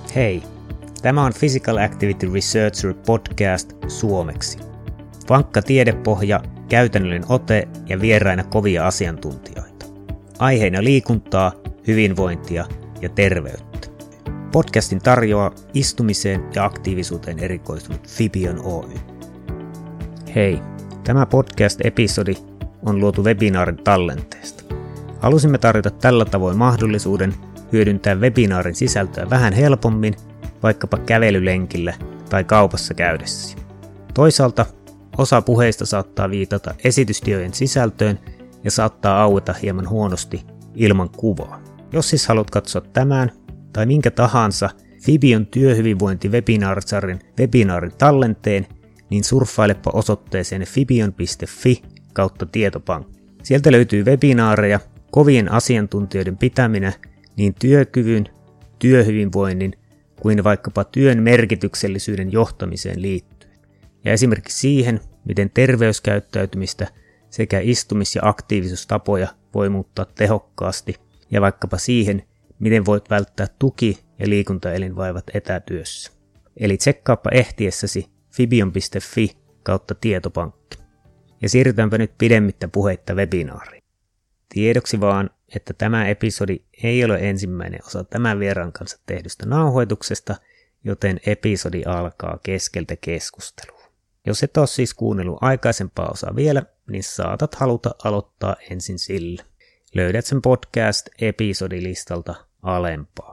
Hei, tämä on Physical Activity Researcher podcast suomeksi. Vankka tiedepohja, käytännöllinen ote ja vieraina kovia asiantuntijoita. Aiheina liikuntaa, hyvinvointia ja terveyttä. Podcastin tarjoaa istumiseen ja aktiivisuuteen erikoistunut Fibion Oy. Hei, tämä podcast-episodi on luotu webinaarin tallenteesta. Halusimme tarjota tällä tavoin mahdollisuuden hyödyntää webinaarin sisältöä vähän helpommin, vaikkapa kävelylenkillä tai kaupassa käydessä. Toisaalta osa puheista saattaa viitata esitystiojen sisältöön ja saattaa aueta hieman huonosti ilman kuvaa. Jos siis haluat katsoa tämän tai minkä tahansa Fibion työhyvinvointi-webinaarisarjan webinaarin tallenteen, niin surffailepa osoitteeseen fibion.fi/tietopankki. Sieltä löytyy webinaareja kovien asiantuntijoiden pitäminä niin työkyvyn, työhyvinvoinnin kuin vaikkapa työn merkityksellisyyden johtamiseen liittyen. Ja esimerkiksi siihen, miten terveyskäyttäytymistä sekä istumis- ja aktiivisuustapoja voi muuttaa tehokkaasti ja vaikkapa siihen, miten voit välttää tuki- ja liikuntaelinvaivat etätyössä. Eli tsekkaappa ehtiessäsi fibion.fi/tietopankki. Ja siirrytäänpä nyt pidemmittä puheitta webinaariin. Tiedoksi vaan, että tämä episodi ei ole ensimmäinen osa tämän vieraan kanssa tehdystä nauhoituksesta, joten episodi alkaa keskeltä keskustelua. Jos et ole siis kuunnellut aikaisempaa osaa vielä, niin saatat haluta aloittaa ensin sillä. Löydät sen podcast-episodilistalta alempaa.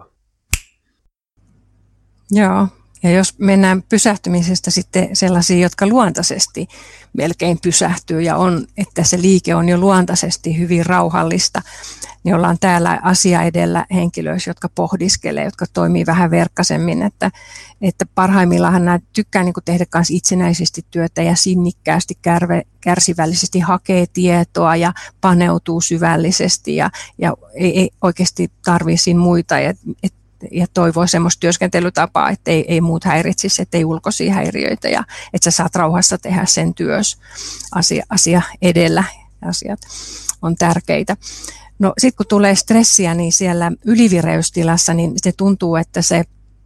Joo, ja jos mennään pysähtymisestä sitten sellaisiin, jotka luontaisesti melkein pysähtyy ja on, että se liike on jo luontaisesti hyvin rauhallista, niin ollaan täällä asia edellä henkilöissä, jotka pohdiskelee, jotka toimii vähän verkkaisemmin, että parhaimmillaan nämä tykkää niin kuin tehdä myös itsenäisesti työtä ja sinnikkäästi, kärsivällisesti hakee tietoa ja paneutuu syvällisesti ja ei oikeasti tarvitse siinä muita ja toivoo semmoista työskentelytapaa, että ei muut häiritsisi, että ei ulkoisia häiriöitä ja että sä saat rauhassa tehdä sen työs asia edellä. Asiat on tärkeitä. No sitten kun tulee stressiä, niin siellä ylivireystilassa, niin se tuntuu, että se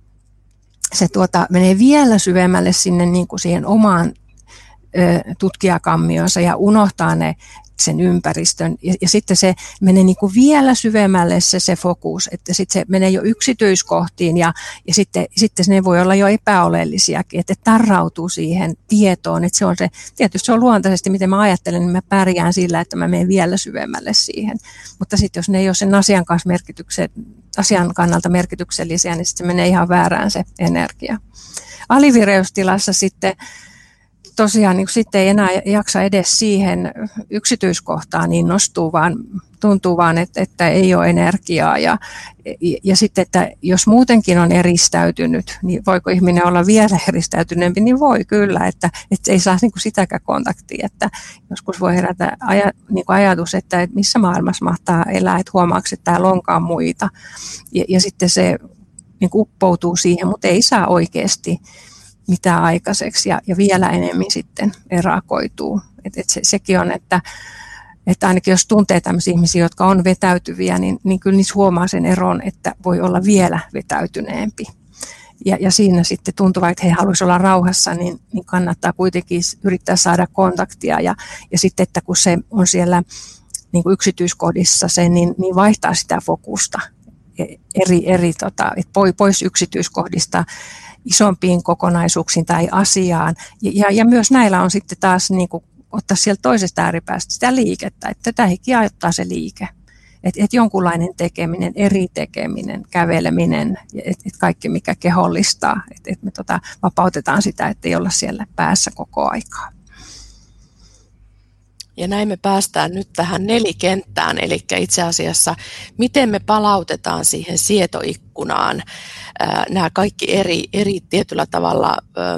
menee vielä syvemmälle sinne niin kuin siihen omaan tutkijakammionsa ja unohtaa sen ympäristön ja sitten se menee niin kuin vielä syvemmälle se fokus, että sitten se menee jo yksityiskohtiin ja sitten ne voi olla jo epäoleellisiakin, että tarrautuu siihen tietoon, että tietysti se on luontaisesti, miten mä ajattelen, niin mä pärjään sillä, että mä menen vielä syvemmälle siihen, mutta sitten jos ne ei ole sen asian kannalta merkityksellisiä, niin sitten se menee ihan väärään se energia. Alivireystilassa sitten tosiaan niin sitten ei enää jaksa edes siihen yksityiskohtaan innostua, vaan tuntuu vaan, että ei ole energiaa. Ja sitten, että jos muutenkin on eristäytynyt, niin voiko ihminen olla vielä eristäytyneempi, niin voi kyllä, että ei saa niin kuin sitäkään kontaktia. Että joskus voi herätä niin kuin ajatus, että missä maailmassa mahtaa elää, että huomaako, että täällä onkaan muita. Ja sitten se niin kuin uppoutuu siihen, mutta ei saa oikeasti mitään aikaiseksi ja vielä enemmän sitten erakoituu. Sekin on, että ainakin jos tuntee tämmöisiä ihmisiä, jotka on vetäytyviä, niin kyllä niissä huomaa sen eron, että voi olla vielä vetäytyneempi. Ja siinä sitten tuntuu, että he haluaisivat olla rauhassa, niin kannattaa kuitenkin yrittää saada kontaktia. Ja sitten, että kun se on siellä niin kuin yksityiskohdissa niin vaihtaa sitä fokusta pois yksityiskohdista isompiin kokonaisuuksiin tai asiaan. Ja myös näillä on sitten taas niin kuin ottaa sieltä toisesta ääripäästä sitä liikettä, että tämäkin ajoittaa se liike. Että jonkunlainen tekeminen, eri tekeminen, käveleminen, että kaikki mikä kehollistaa, että me vapautetaan sitä, että ei olla siellä päässä koko aikaa. Ja näin me päästään nyt tähän nelikenttään, eli itse asiassa miten me palautetaan siihen sietoikkunaan nämä kaikki eri tietyllä tavalla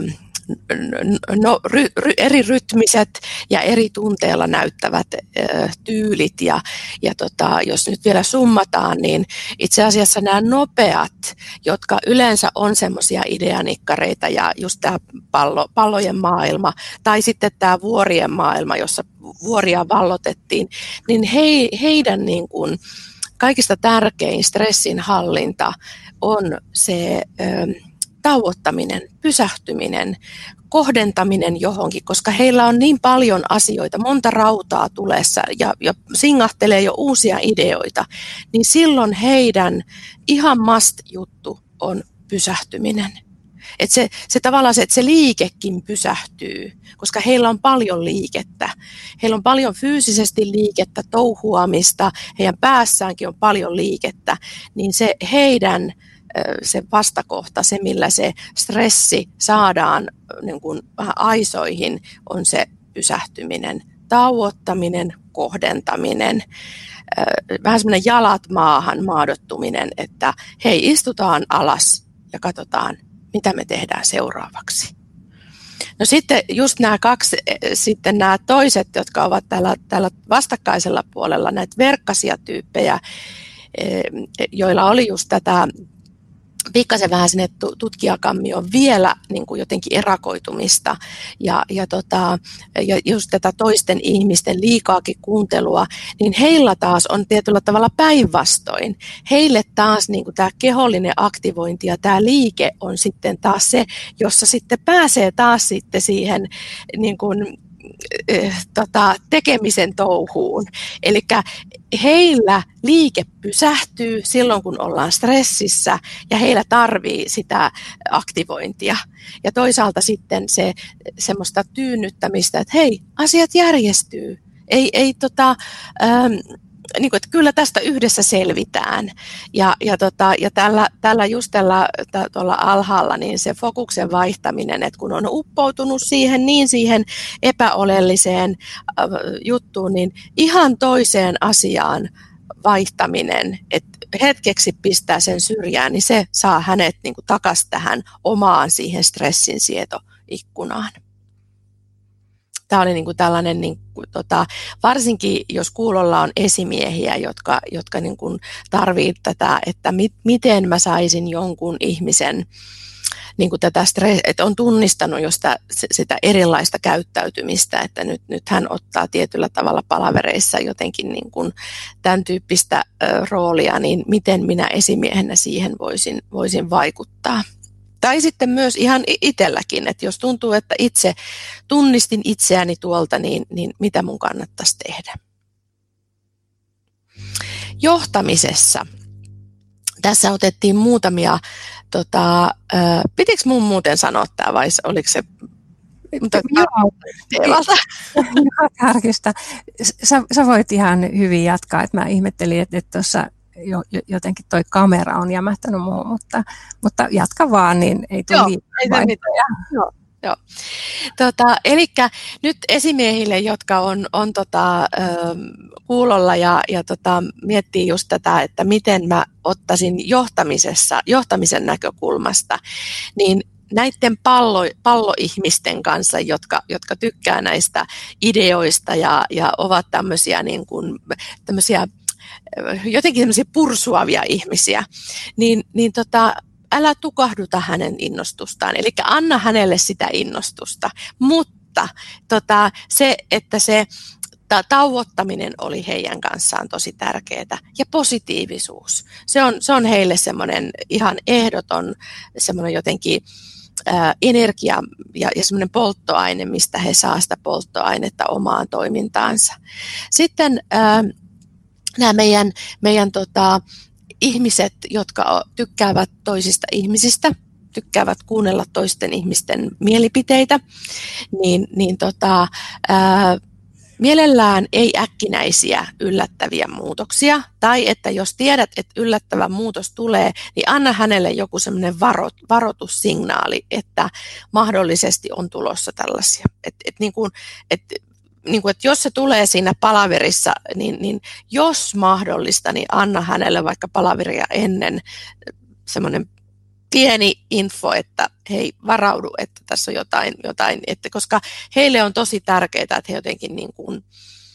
eri rytmiset ja eri tunteella näyttävät tyylit ja jos nyt vielä summataan, niin itse asiassa nämä nopeat, jotka yleensä on semmoisia ideanikkareita ja just tämä pallojen maailma tai sitten tämä vuorien maailma, jossa vuoria vallotettiin, niin heidän niin kuin kaikista tärkein stressin hallinta on se tauottaminen, pysähtyminen, kohdentaminen johonkin, koska heillä on niin paljon asioita, monta rautaa tulessa ja singahtelee jo uusia ideoita, niin silloin heidän ihan must-juttu on pysähtyminen. Että se tavallaan että se liikekin pysähtyy, koska heillä on paljon liikettä. Heillä on paljon fyysisesti liikettä, touhuamista, heidän päässäänkin on paljon liikettä, niin se heidän se vastakohta, se millä se stressi saadaan niin kuin vähän aisoihin, on se pysähtyminen, tauottaminen, kohdentaminen, vähän semmoinen jalat maahan maadottuminen, että hei, istutaan alas ja katsotaan, mitä me tehdään seuraavaksi. No sitten just nämä kaksi, sitten nämä toiset, jotka ovat tällä vastakkaisella puolella, näitä verkkaisia tyyppejä, joilla oli just tätä pikkasen vähän sinne tutkijakammioon vielä niin kuin jotenkin erakoitumista ja just tätä toisten ihmisten liikaakin kuuntelua, niin heillä taas on tietyllä tavalla päinvastoin. Heille taas niin kuin tämä kehollinen aktivointi ja tämä liike on sitten taas se, jossa sitten pääsee taas sitten siihen niin kuin tekemisen touhuun. Eli heillä liike pysähtyy silloin, kun ollaan stressissä ja heillä tarvii sitä aktivointia. Ja toisaalta sitten se semmoista tyynnyttämistä, että hei, asiat järjestyy. Niin kuin, että kyllä tästä yhdessä selvitään. Ja tuolla alhaalla niin se fokuksen vaihtaminen, että kun on uppoutunut siihen epäolelliseen juttuun, niin ihan toiseen asiaan vaihtaminen, että hetkeksi pistää sen syrjään, niin se saa hänet niin kuin takaisin tähän omaan siihen stressinsietoikkunaan. Tämä oli niin kuin tällainen, niin kuin, varsinkin jos kuulolla on esimiehiä, jotka niin kuin tarvitsevat tätä, että miten mä saisin jonkun ihmisen, niin kuin tätä että on tunnistanut jo sitä erilaista käyttäytymistä, että nyt hän ottaa tietyllä tavalla palavereissa jotenkin niin kuin tämän tyyppistä roolia, niin miten minä esimiehenä siihen voisin vaikuttaa. Tai sitten myös ihan itselläkin, että jos tuntuu, että itse tunnistin itseäni tuolta, niin mitä mun kannattaisi tehdä. Johtamisessa. Tässä otettiin muutamia, pitikö mun muuten sanoa tämä vai oliko se Harkista. Sä voit ihan hyvin jatkaa, että mä ihmettelin, että tuossa jotenkin toi kamera on jämähtänyt muuhun, mutta jatka vaan, niin ei tule Joo. Elikkä nyt esimiehille, jotka on kuulolla ja miettii just tätä, että miten mä ottaisin johtamisen näkökulmasta, niin näiden palloihmisten kanssa, jotka tykkää näistä ideoista ja ovat tämmöisiä niin kuin tämmöisiä jotenkin tämmöisiä pursuavia ihmisiä, niin älä tukahduta hänen innostustaan, eli anna hänelle sitä innostusta, mutta se, että se tauottaminen oli heidän kanssaan tosi tärkeää ja positiivisuus, se on heille semmoinen ihan ehdoton semmoinen jotenkin energia ja semmoinen polttoaine, mistä he saa sitä polttoainetta omaan toimintaansa. Sitten nämä meidän ihmiset, jotka tykkäävät toisista ihmisistä, tykkäävät kuunnella toisten ihmisten mielipiteitä, mielellään ei äkkinäisiä yllättäviä muutoksia, tai että jos tiedät, että yllättävä muutos tulee, niin anna hänelle joku semmoinen varoitussignaali, että mahdollisesti on tulossa tällaisia. Että jos se tulee siinä palaverissa, niin jos mahdollista, niin anna hänelle vaikka palaveria ennen semmoinen pieni info, että hei, varaudu, että tässä on jotain että koska heille on tosi tärkeää, että he jotenkin niin kuin,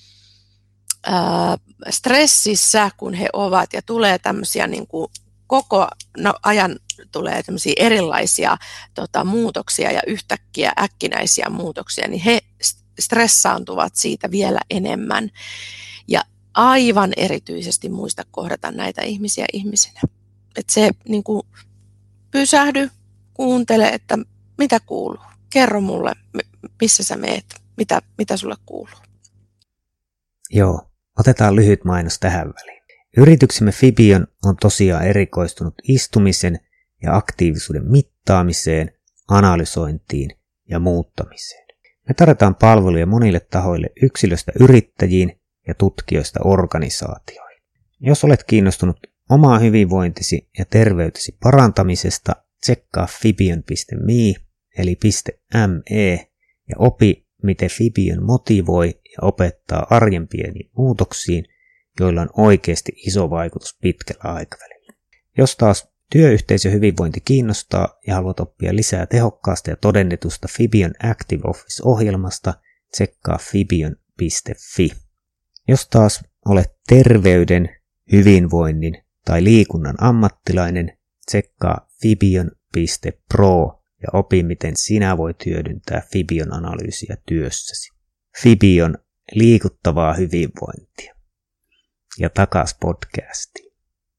stressissä, kun he ovat ja tulee tämmöisiä niin kuin koko ajan tulee tämmöisiä erilaisia muutoksia ja yhtäkkiä äkkinäisiä muutoksia, niin he stressaantuvat siitä vielä enemmän. Ja aivan erityisesti muista kohdata näitä ihmisiä ihmisinä. Että se niin kuin pysähdy, kuuntele, että mitä kuuluu. Kerro mulle, missä sä meet, mitä sulle kuuluu. Joo, otetaan lyhyt mainos tähän väliin. Yrityksemme Fibion on tosiaan erikoistunut istumisen ja aktiivisuuden mittaamiseen, analysointiin ja muuttamiseen. Me tarjotaan palveluja monille tahoille yksilöstä yrittäjiin ja tutkijoista organisaatioihin. Jos olet kiinnostunut omaa hyvinvointisi ja terveytesi parantamisesta, tsekkaa fibion.me eli .me ja opi, miten Fibion motivoi ja opettaa arjen pieniin muutoksiin, joilla on oikeasti iso vaikutus pitkällä aikavälillä. Jos taas työyhteisön hyvinvointi kiinnostaa ja haluat oppia lisää tehokkaasta ja todennetusta Fibion Active Office-ohjelmasta, tsekkaa fibion.fi. Jos taas olet terveyden, hyvinvoinnin tai liikunnan ammattilainen, tsekkaa fibion.pro ja opi, miten sinä voit hyödyntää Fibion-analyysiä työssäsi. Fibion, liikuttavaa hyvinvointia. Ja takas podcastiin.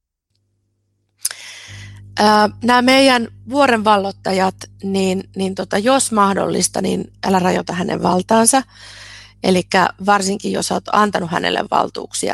Nämä meidän vuorenvallottajat, jos mahdollista, niin älä rajoita hänen valtaansa. Eli varsinkin jos olet antanut hänelle valtuuksia,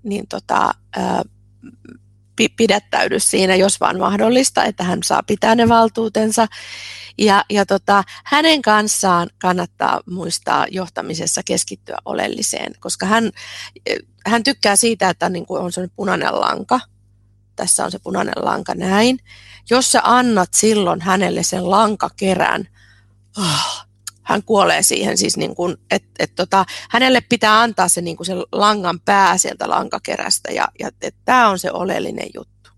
pidättäydy siinä, jos vaan mahdollista, että hän saa pitää ne valtuutensa. Ja hänen kanssaan kannattaa muistaa johtamisessa keskittyä oleelliseen, koska hän tykkää siitä, että on sellainen punainen lanka. Tässä on se punainen lanka näin. Jos sä annat silloin hänelle sen lankakerän, hän kuolee siihen, siis hänelle pitää antaa se, se langan pää sieltä lankakerästä ja tämä on se oleellinen juttu.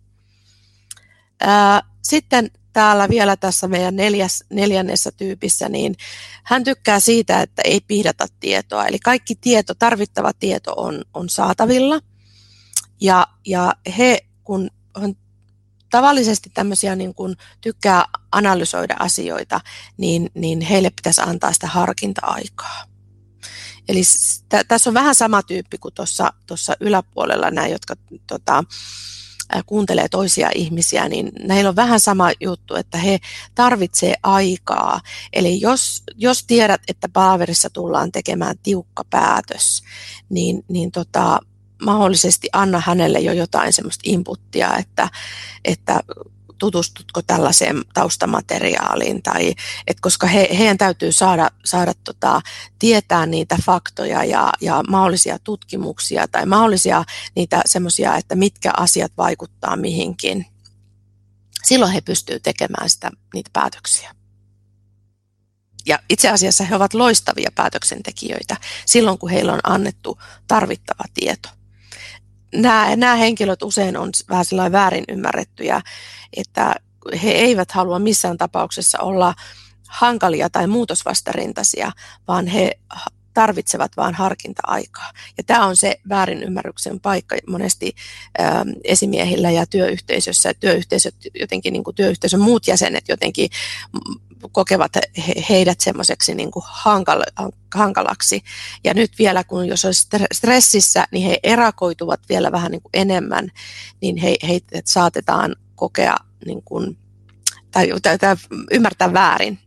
Sitten täällä vielä tässä meidän neljännessä tyypissä, niin hän tykkää siitä, että ei pihdata tietoa. Eli kaikki tarvittava tieto on saatavilla ja he, kun on tavallisesti tämmöisiä tykkää analysoida asioita, niin heille pitäisi antaa sitä harkinta-aikaa. Eli tässä on vähän sama tyyppi kuin tuossa yläpuolella nämä, jotka kuuntelee toisia ihmisiä, niin heillä on vähän sama juttu, että he tarvitsee aikaa. Eli jos tiedät, että palaverissa tullaan tekemään tiukka päätös, niin mahdollisesti anna hänelle jo jotain semmoista inputtia, että tutustutko tällaiseen taustamateriaaliin, tai koska heidän täytyy saada tietää niitä faktoja ja mahdollisia tutkimuksia tai mahdollisia niitä semmoisia, että mitkä asiat vaikuttaa mihinkin. Silloin he pystyvät tekemään niitä päätöksiä. Ja itse asiassa he ovat loistavia päätöksentekijöitä silloin, kun heillä on annettu tarvittava tieto. Nämä henkilöt usein on vähän sellainen väärin ymmärrettyjä, että he eivät halua missään tapauksessa olla hankalia tai muutosvastarintaisia, vaan he tarvitsevat vain harkinta-aikaa. Ja tämä on se väärinymmärryksen paikka monesti esimiehillä ja työyhteisössä. Työyhteisöt jotenkin, työyhteisön muut jäsenet jotenkin kokevat heidät semmoiseksi hankalaksi. Ja nyt vielä, jos on stressissä, niin he erakoituvat vielä vähän enemmän, niin heitä saatetaan kokea tai ymmärtää väärin.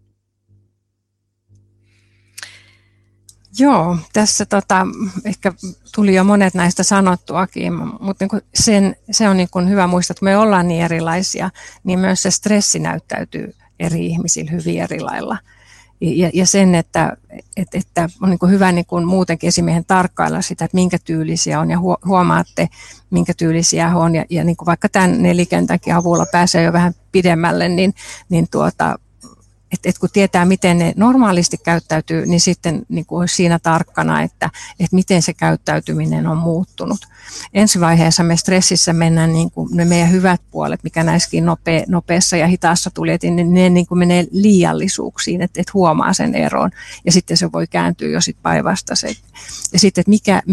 Joo, tässä ehkä tuli jo monet näistä sanottuakin, mutta se on hyvä muistaa, että me ollaan niin erilaisia, niin myös se stressi näyttäytyy eri ihmisillä hyvin eri lailla. Ja sen, että on hyvä muutenkin esimiehen tarkkailla sitä, että minkä tyylisiä on ja huomaatte, minkä tyylisiä he on. Ja vaikka tämän nelikentänkin avulla pääsee jo vähän pidemmälle, niin kun tietää, miten ne normaalisti käyttäytyy, niin sitten olisi siinä tarkkana, että miten se käyttäytyminen on muuttunut. Ensi vaiheessa me stressissä mennään ne meidän hyvät puolet, mikä näissäkin nopeassa ja hitaassa tuljetin, niin ne menee liiallisuuksiin, että huomaa sen eron. Ja sitten se voi kääntyä jo sitten päinvastaiseksi. Ja sitten, että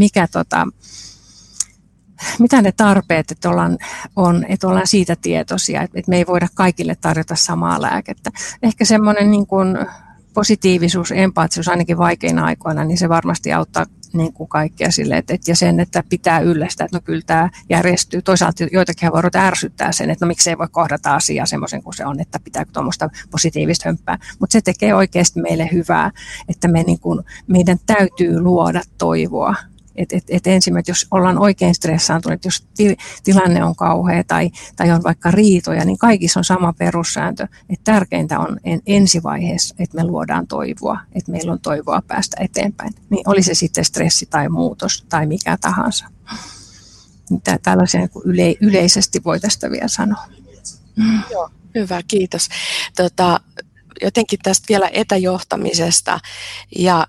mitä ne tarpeet, että ollaan siitä tietoisia, että me ei voida kaikille tarjota samaa lääkettä. Ehkä semmoinen positiivisuus, empaattisuus ainakin vaikeina aikoina, niin se varmasti niin kuin kaikkea sille, ja sen, että pitää yllä sitä, että no kyllä tämä järjestyy. Toisaalta joitakin voi ärsyttää sen, että no miksei voi kohdata asiaa semmoisen kuin se on, että pitääkö tuommoista positiivista hömppää. Mutta se tekee oikeasti meille hyvää, että meidän täytyy luoda toivoa. Ensimmäisenä, jos ollaan oikein stressaantuneet, jos tilanne on kauhea tai on vaikka riitoja, niin kaikissa on sama perussääntö. Että tärkeintä on ensivaiheessa, että me luodaan toivoa, että meillä on toivoa päästä eteenpäin. Niin oli se sitten stressi tai muutos tai mikä tahansa. Tällaisia yleisesti voi tästä vielä sanoa. Joo, hyvä, kiitos. Jotenkin tästä vielä etäjohtamisesta ja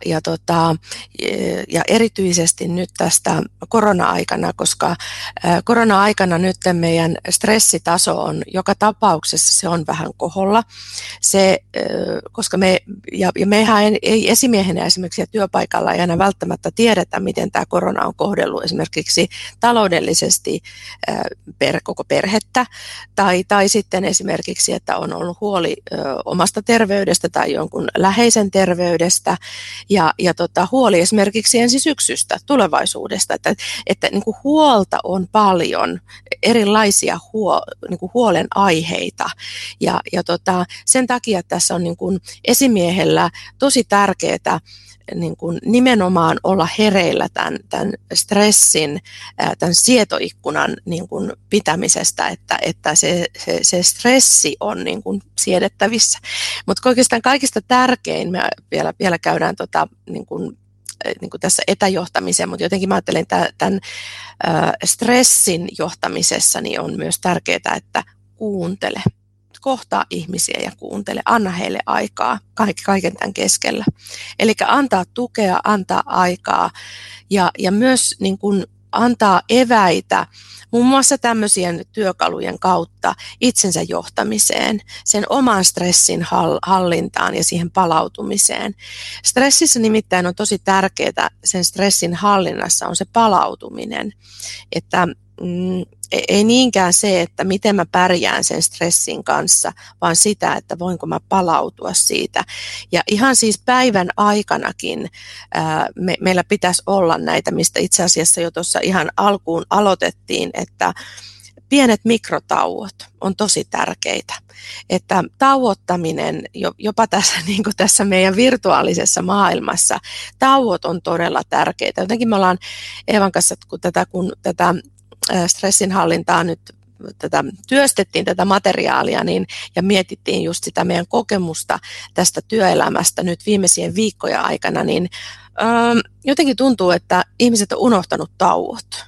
erityisesti nyt tästä korona-aikana, koska korona-aikana nyt meidän stressitaso on joka tapauksessa se on vähän koholla. Koska mehän ei esimiehenä esimerkiksi työpaikalla ei aina välttämättä tiedetä, miten tämä korona on kohdellut esimerkiksi taloudellisesti koko perhettä tai sitten esimerkiksi, että on ollut huoli omasta terveydestä tai jonkun läheisen terveydestä ja huoli esimerkiksi ensi syksystä, tulevaisuudesta, että niin kuin huolta on paljon, erilaisia niin kuin huolenaiheita ja sen takia tässä on niin kuin esimiehellä tosi tärkeää niin kuin nimenomaan olla hereillä tämän stressin, tämän sietoikkunan niin kuin pitämisestä, että se stressi on niin kuin siedettävissä. Mutta oikeastaan kaikista tärkein, me vielä käydään niin kuin tässä etäjohtamiseen, mutta jotenkin mä ajattelen, että tämän stressin johtamisessa niin on myös tärkeää, että kuuntele. Kohtaa ihmisiä ja kuuntele, anna heille aikaa kaiken tämän keskellä. Eli antaa tukea, antaa aikaa ja myös niin kuin antaa eväitä muun muassa tämmöisien työkalujen kautta itsensä johtamiseen, sen oman stressin hallintaan ja siihen palautumiseen. Stressissä nimittäin on tosi tärkeää, sen stressin hallinnassa on se palautuminen, että ei niinkään se, että miten mä pärjään sen stressin kanssa, vaan sitä, että voinko mä palautua siitä. Ja ihan siis päivän aikanakin meillä pitäisi olla näitä, mistä itse asiassa jo tuossa ihan alkuun aloitettiin, että pienet mikrotauot on tosi tärkeitä. Että tauottaminen, jopa tässä, niin kuin tässä meidän virtuaalisessa maailmassa, tauot on todella tärkeitä. Jotenkin me ollaan Eevan kanssa, kun tätä stressinhallintaa nyt työstettiin tätä materiaalia ja mietittiin just sitä meidän kokemusta tästä työelämästä nyt viimeisien viikkojen aikana, niin jotenkin tuntuu, että ihmiset on unohtanut tauot.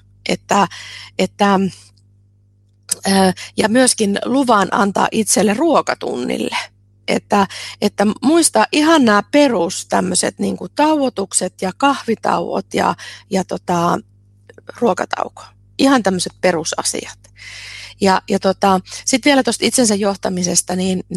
Ja myöskin luvan antaa itselle ruokatunnille. Että muistaa ihan nämä perus tämmöiset niin kuin tauotukset ja kahvitauot ja ruokatauko. Ihan tämmöiset perusasiat. Ja sitten vielä tuosta itsensä johtamisesta,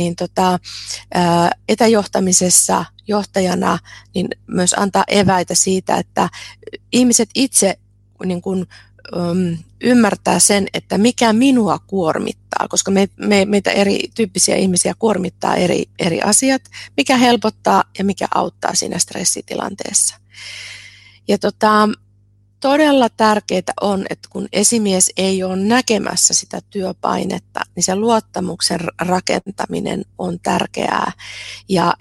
etäjohtamisessa johtajana niin myös antaa eväitä siitä, että ihmiset itse niin kun, ymmärtää sen, että mikä minua kuormittaa, koska meitä erityyppisiä ihmisiä kuormittaa eri asiat, mikä helpottaa ja mikä auttaa siinä stressitilanteessa. Ja todella tärkeää on, että kun esimies ei ole näkemässä sitä työpainetta, niin se luottamuksen rakentaminen on tärkeää. Ja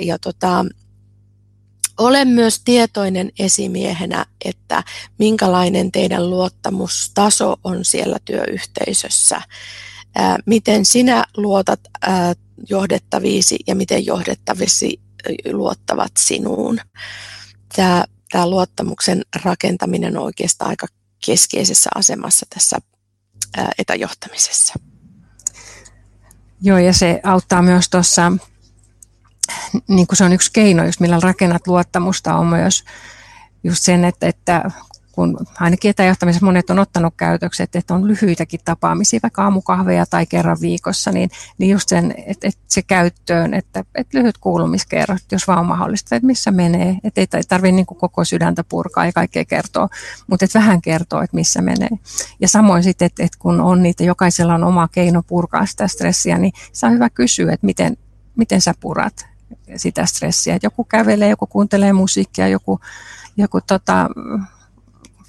olen myös tietoinen esimiehenä, että minkälainen teidän luottamustaso on siellä työyhteisössä. Miten sinä luotat johdettaviisi ja miten johdettavisi luottavat sinuun. Tämä luottamuksen rakentaminen on oikeastaan aika keskeisessä asemassa tässä etäjohtamisessa. Joo, ja se auttaa myös tuossa, niin kuin se on yksi keino, just millä rakennat luottamusta, on myös just sen, että kun ainakin etäjohtamisessa monet on ottanut käytökset, että on lyhyitäkin tapaamisia, vaikka aamukahveja tai kerran viikossa, niin just sen, että se käyttöön, että lyhyt kuulumiskerrot, jos vaan on mahdollista, että missä menee, että ei tarvitse niin kuin koko sydäntä purkaa ja kaikkea kertoa, mutta että vähän kertoo, että missä menee. Ja samoin sitten, että kun on niitä, jokaisella on oma keino purkaa sitä stressiä, niin se on hyvä kysyä, että miten sä purat sitä stressiä. Että joku kävelee, joku kuuntelee musiikkia, joku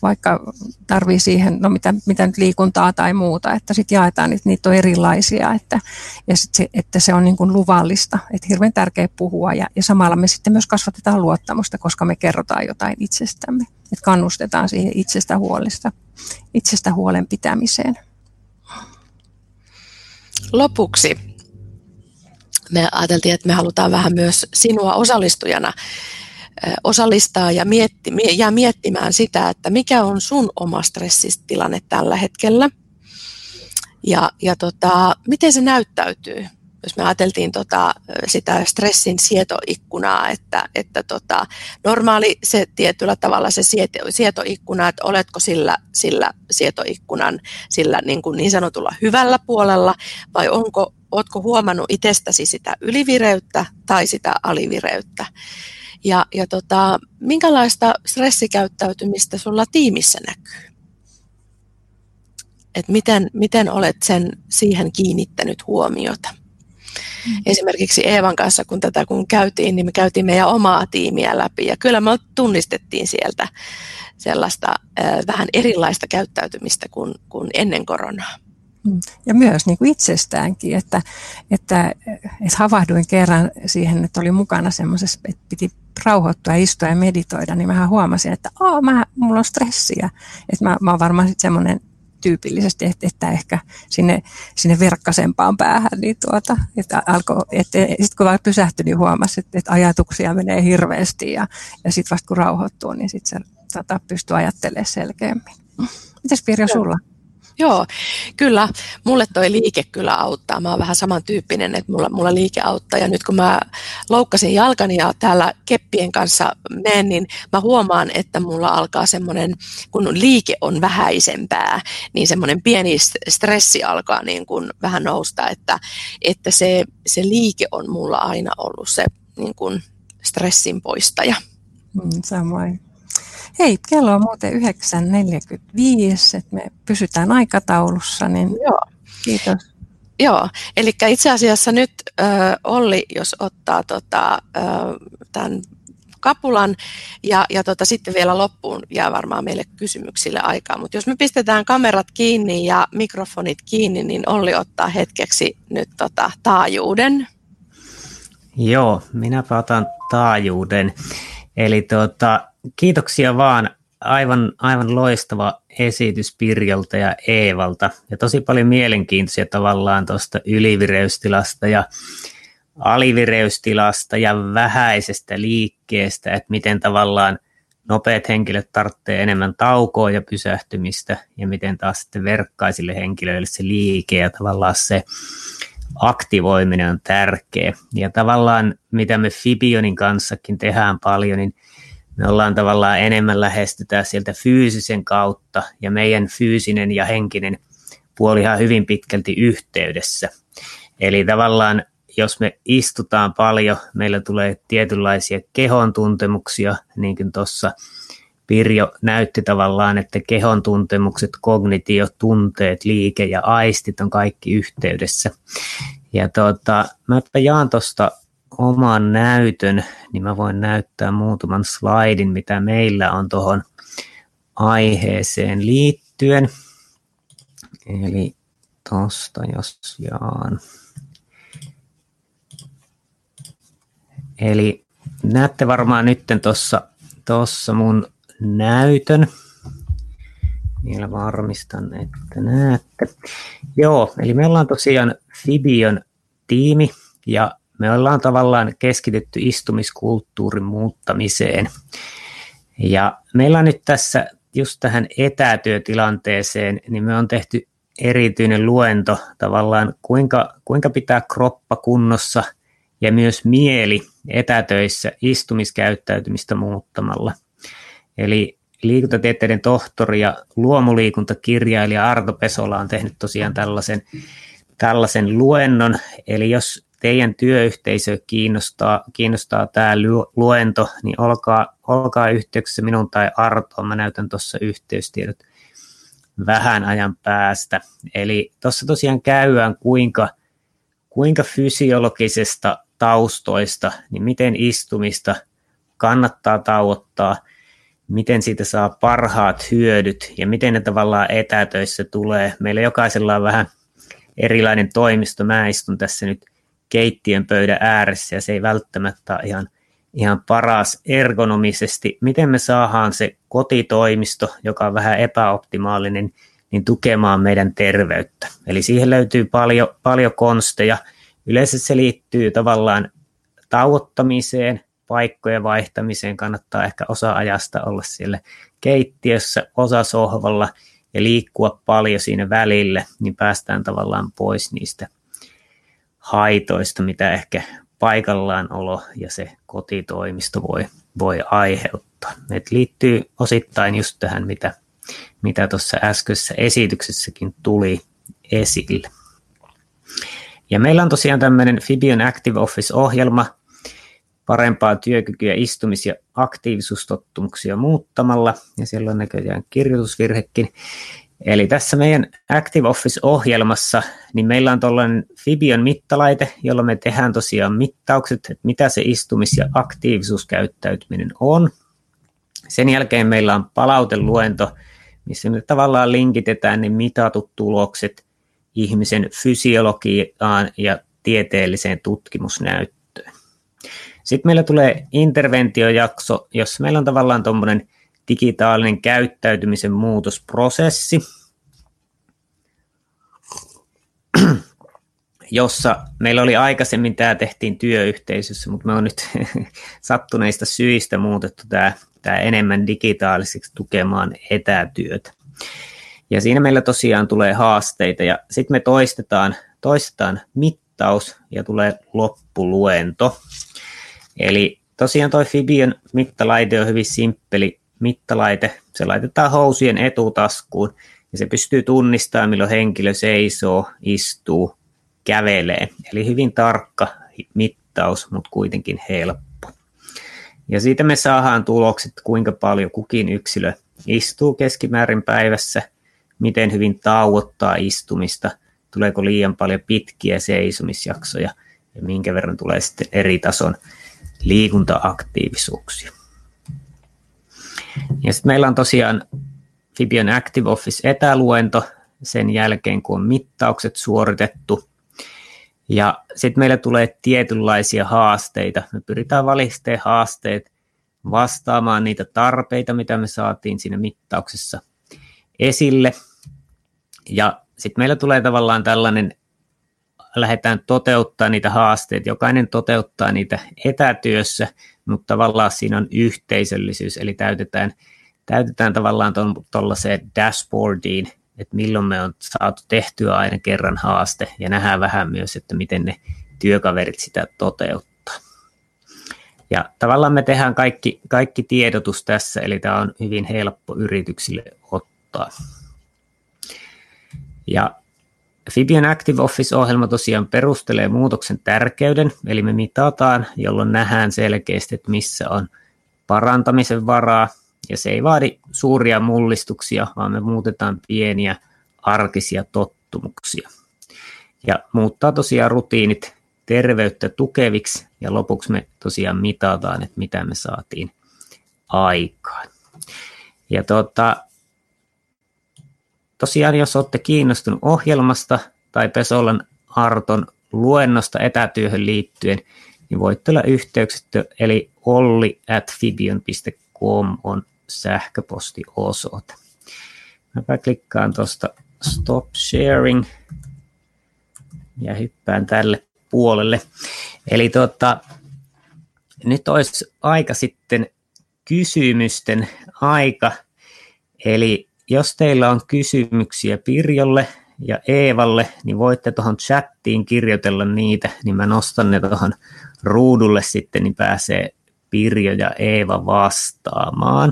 vaikka tarvii siihen, no mitä nyt liikuntaa tai muuta, että sitten jaetaan, että niitä on erilaisia, ja sit että se on niin kuin luvallista, että hirveän tärkeä puhua, ja samalla me sitten myös kasvatetaan luottamusta, koska me kerrotaan jotain itsestämme, että kannustetaan siihen itsestä huolen pitämiseen. Lopuksi me ajateltiin, että me halutaan vähän myös sinua osallistujana osallistaa ja miettimään sitä, että mikä on sun oma stressitilanne tällä hetkellä ja miten se näyttäytyy. Jos me ajateltiin sitä stressin sietoikkunaa, että normaali se tietyllä tavalla se sietoikkuna, että oletko sillä sietoikkunan sillä niin sanotulla hyvällä puolella vai ootko huomannut itsestäsi sitä ylivireyttä tai sitä alivireyttä. Ja minkälaista stressikäyttäytymistä sulla tiimissä näkyy? Et miten olet siihen kiinnittänyt huomiota? Esimerkiksi Eevan kanssa, kun käytiin, niin me käytiin meidän omaa tiimiä läpi. Ja kyllä me tunnistettiin sieltä sellaista vähän erilaista käyttäytymistä kuin ennen koronaa. Ja myös niin kuin itsestäänkin, että havahduin kerran siihen, että oli mukana semmoisessa, että piti rauhoittua, istua ja meditoida, niin mä huomasin, että mulla on stressiä. Että mä oon varmaan sitten semmoinen tyypillisesti, että ehkä sinne verkkasempaan päähän, niin sitten kun vaan pysähtyi, niin huomasi, että ajatuksia menee hirveästi ja sitten vasta kun rauhoittuu, niin sitten se pystyy ajattelemaan selkeämmin. Mites Pirjo sulla? Joo, kyllä. Mulle toi liike kyllä auttaa. Mä oon vähän samantyyppinen, että mulla liike auttaa. Ja nyt kun mä loukkasin jalkani ja täällä keppien kanssa menen, niin mä huomaan, että mulla alkaa semmoinen, kun liike on vähäisempää, niin semmoinen pieni stressi alkaa niin kuin vähän nousta, että se liike on mulla aina ollut se niin kuin stressin poistaja. Samoin. Hei, kello on muuten 9.45, että me pysytään aikataulussa, niin Joo. Kiitos. Joo, eli itse asiassa nyt Olli, jos ottaa tämän kapulan ja sitten vielä loppuun jää varmaan meille kysymyksille aikaa, mutta jos me pistetään kamerat kiinni ja mikrofonit kiinni, niin Olli ottaa hetkeksi nyt taajuuden. Joo, minäpä otan taajuuden. Eli kiitoksia vaan, aivan loistava esitys Pirjolta ja Eevalta ja tosi paljon mielenkiintoisia tavallaan tuosta ylivireystilasta ja alivireystilasta ja vähäisestä liikkeestä, että miten tavallaan nopeat henkilöt tarvitsee enemmän taukoa ja pysähtymistä ja miten taas sitten verkkaisille henkilöille se liike ja tavallaan se aktivoiminen on tärkeä. Ja tavallaan mitä me Fibionin kanssakin tehdään paljon, niin me ollaan tavallaan enemmän lähestytään sieltä fyysisen kautta ja meidän fyysinen ja henkinen puoli ihan hyvin pitkälti yhteydessä. Eli tavallaan jos me istutaan paljon, meillä tulee tietynlaisia kehon tuntemuksia, niin kuin tuossa Pirjo näytti tavallaan, että kehon tuntemukset, kognitio, tunteet, liike ja aistit on kaikki yhteydessä. Ja mä jaan tuosta oman näytön, niin mä voin näyttää muutaman slaidin, mitä meillä on tuohon aiheeseen liittyen. Eli tuosta jos jaan. Eli näette varmaan nyt tuossa mun näytön. Vielä varmistan, että näette. Joo, eli me ollaan tosiaan Fibion tiimi ja me ollaan tavallaan keskitytty istumiskulttuurin muuttamiseen. Ja meillä on nyt tässä just tähän etätyötilanteeseen, niin me on tehty erityinen luento tavallaan, kuinka pitää kroppa kunnossa ja myös mieli etätöissä istumiskäyttäytymistä muuttamalla. Eli liikuntatieteiden tohtori ja luomuliikuntakirjailija Arto Pesola on tehnyt tosiaan tällaisen luennon. Eli jos teidän työyhteisö kiinnostaa tämä luento, niin olkaa yhteyksissä minun tai Artoon. Mä näytän tuossa yhteystiedot vähän ajan päästä. Eli tuossa tosiaan käydään kuinka fysiologisesta taustoista, niin miten istumista kannattaa tauottaa miten siitä saa parhaat hyödyt ja miten ne tavallaan etätöissä tulee. Meillä jokaisella on vähän erilainen toimisto. Mä istun tässä nyt keittiön pöydän ääressä ja se ei välttämättä ole ihan paras ergonomisesti. Miten me saadaan se kotitoimisto, joka on vähän epäoptimaalinen, niin tukemaan meidän terveyttä. Eli siihen löytyy paljon konsteja. Yleensä se liittyy tavallaan tauottamiseen, paikkojen vaihtamiseen. Kannattaa ehkä osa ajasta olla siellä keittiössä, osa sohvalla ja liikkua paljon siinä välillä, niin päästään tavallaan pois niistä haitoista, mitä ehkä paikallaanolo ja se kotitoimisto voi aiheuttaa. Et liittyy osittain just tähän, mitä tuossa äskeisessä esityksessäkin tuli esille. Ja meillä on tosiaan tämmöinen Fibion Active Office-ohjelma parempaa työkykyä, istumis- ja aktiivisuustottumuksia muuttamalla, ja siellä on näköjään kirjoitusvirhekin. Eli tässä meidän Active Office-ohjelmassa niin meillä on tuollainen Fibion mittalaite, jolla me tehdään tosiaan mittaukset, että mitä se istumis- ja aktiivisuuskäyttäytyminen on. Sen jälkeen meillä on palauteluento, missä me tavallaan linkitetään ne mitatut tulokset ihmisen fysiologiaan ja tieteelliseen tutkimusnäyttöön. Sitten meillä tulee interventiojakso, jossa meillä on tavallaan tuommoinen digitaalinen käyttäytymisen muutosprosessi, jossa meillä oli aikaisemmin, tämä tehtiin työyhteisössä, mutta me on nyt sattuneista syistä muutettu tämä enemmän digitaaliseksi tukemaan etätyötä. Ja siinä meillä tosiaan tulee haasteita ja sitten me toistetaan mittaus ja tulee loppuluento. Eli tosiaan toi Fibion mittalaite on hyvin simppeli mittalaite. Se laitetaan housujen etutaskuun ja se pystyy tunnistamaan, milloin henkilö seisoo, istuu, kävelee. Eli hyvin tarkka mittaus, mutta kuitenkin helppo. Ja siitä me saadaan tulokset, kuinka paljon kukin yksilö istuu keskimäärin päivässä, miten hyvin tauottaa istumista, tuleeko liian paljon pitkiä seisomisjaksoja ja minkä verran tulee sitten eri tason liikunta-aktiivisuuksia. Ja sitten meillä on tosiaan Fibion Active Office etäluento sen jälkeen, kun on mittaukset suoritettu. Ja sitten meillä tulee tietynlaisia haasteita. Me pyritään valitsemaan haasteet vastaamaan niitä tarpeita, mitä me saatiin siinä mittauksessa esille. Ja sitten meillä tulee tavallaan tällainen, lähdetään toteuttaa niitä haasteita. Jokainen toteuttaa niitä etätyössä, mutta tavallaan siinä on yhteisöllisyys, eli täytetään tavallaan tuollaiseen dashboardiin, että milloin me on saatu tehtyä aina kerran haaste, ja nähdään vähän myös, että miten ne työkaverit sitä toteuttaa. Ja tavallaan me tehdään kaikki tiedotus tässä, eli tämä on hyvin helppo yrityksille ottaa. Ja Fibion Active Office-ohjelma tosiaan perustelee muutoksen tärkeyden, eli me mitataan, jolloin nähdään selkeästi, että missä on parantamisen varaa, ja se ei vaadi suuria mullistuksia, vaan me muutetaan pieniä arkisia tottumuksia. Ja muuttaa tosiaan rutiinit terveyttä tukeviksi, ja lopuksi me tosiaan mitataan, että mitä me saatiin aikaan. Ja tosiaan, jos olette kiinnostunut ohjelmasta tai Pesolan Arton luennosta etätyöhön liittyen, niin voitte olla yhteyksissä, eli olli@fibion.com on sähköpostiosoite. Mäpä klikkaan tuosta Stop Sharing ja hyppään tälle puolelle. Eli nyt olisi aika sitten kysymysten aika, eli jos teillä on kysymyksiä Pirjolle ja Eevalle, niin voitte tuohon chattiin kirjoitella niitä, niin mä nostan ne tuohon ruudulle sitten, niin pääsee Pirjo ja Eeva vastaamaan.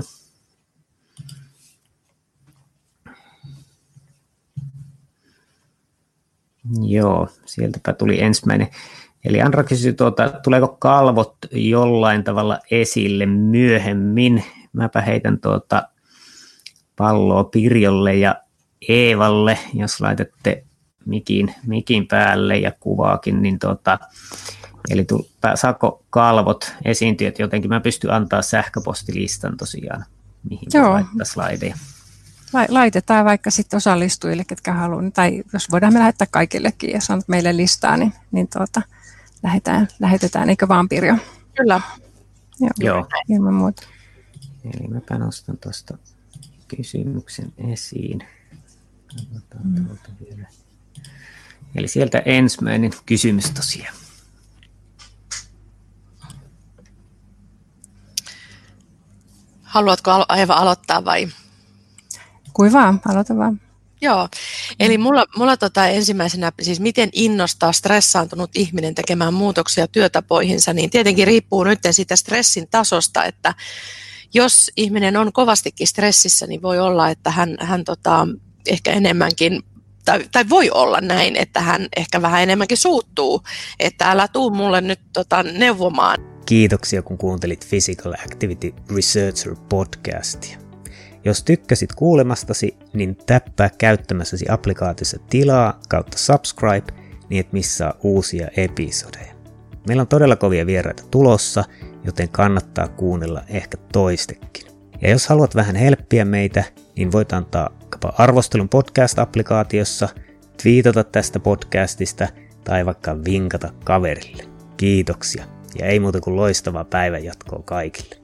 Joo, sieltäpä tuli ensimmäinen. Eli Andra kysyi, tuleeko kalvot jollain tavalla esille myöhemmin. Mäpä heitän palloa Pirjolle ja Eevalle, jos laitatte mikin päälle ja kuvaakin, niin eli saako kalvot esiintyä, jotenkin mä pystyn antaa sähköpostilistan tosiaan mihin laittaa slideja. Laitetaan vaikka sitten osallistujille, ketkä haluaa, tai jos voidaan me lähettää kaikillekin ja sanot meille listaa, niin lähetetään, eikö vaan Pirjo? Kyllä. Joo. Ilman muuta. Eli mäpä nostan tuosta kysymyksen esiin. Katsotaan tuolta vielä. Eli sieltä ensimmäinen kysymys tosiaan. Haluatko Eeva aloittaa vai? Kuin vaan, aloita vaan. Joo, eli mulla ensimmäisenä, siis miten innostaa stressaantunut ihminen tekemään muutoksia työtapoihinsa, niin tietenkin riippuu nyt siitä stressin tasosta, että jos ihminen on kovastikin stressissä, niin voi olla, että hän ehkä enemmänkin, tai voi olla näin, että hän ehkä vähän enemmänkin suuttuu, että älä tuu mulle nyt neuvomaan. Kiitoksia, kun kuuntelit Physical Activity Researcher podcastia. Jos tykkäsit kuulemastasi, niin täppää käyttämässäsi applikaatiossa tilaa kautta subscribe, niin et missaa uusia episodeja. Meillä on todella kovia vieraita tulossa, joten kannattaa kuunnella ehkä toistekin. Ja jos haluat vähän helppiä meitä, niin voit antaa arvostelun podcast-applikaatiossa, twiitata tästä podcastista tai vaikka vinkata kaverille. Kiitoksia ja ei muuta kuin loistavaa päivänjatkoa kaikille.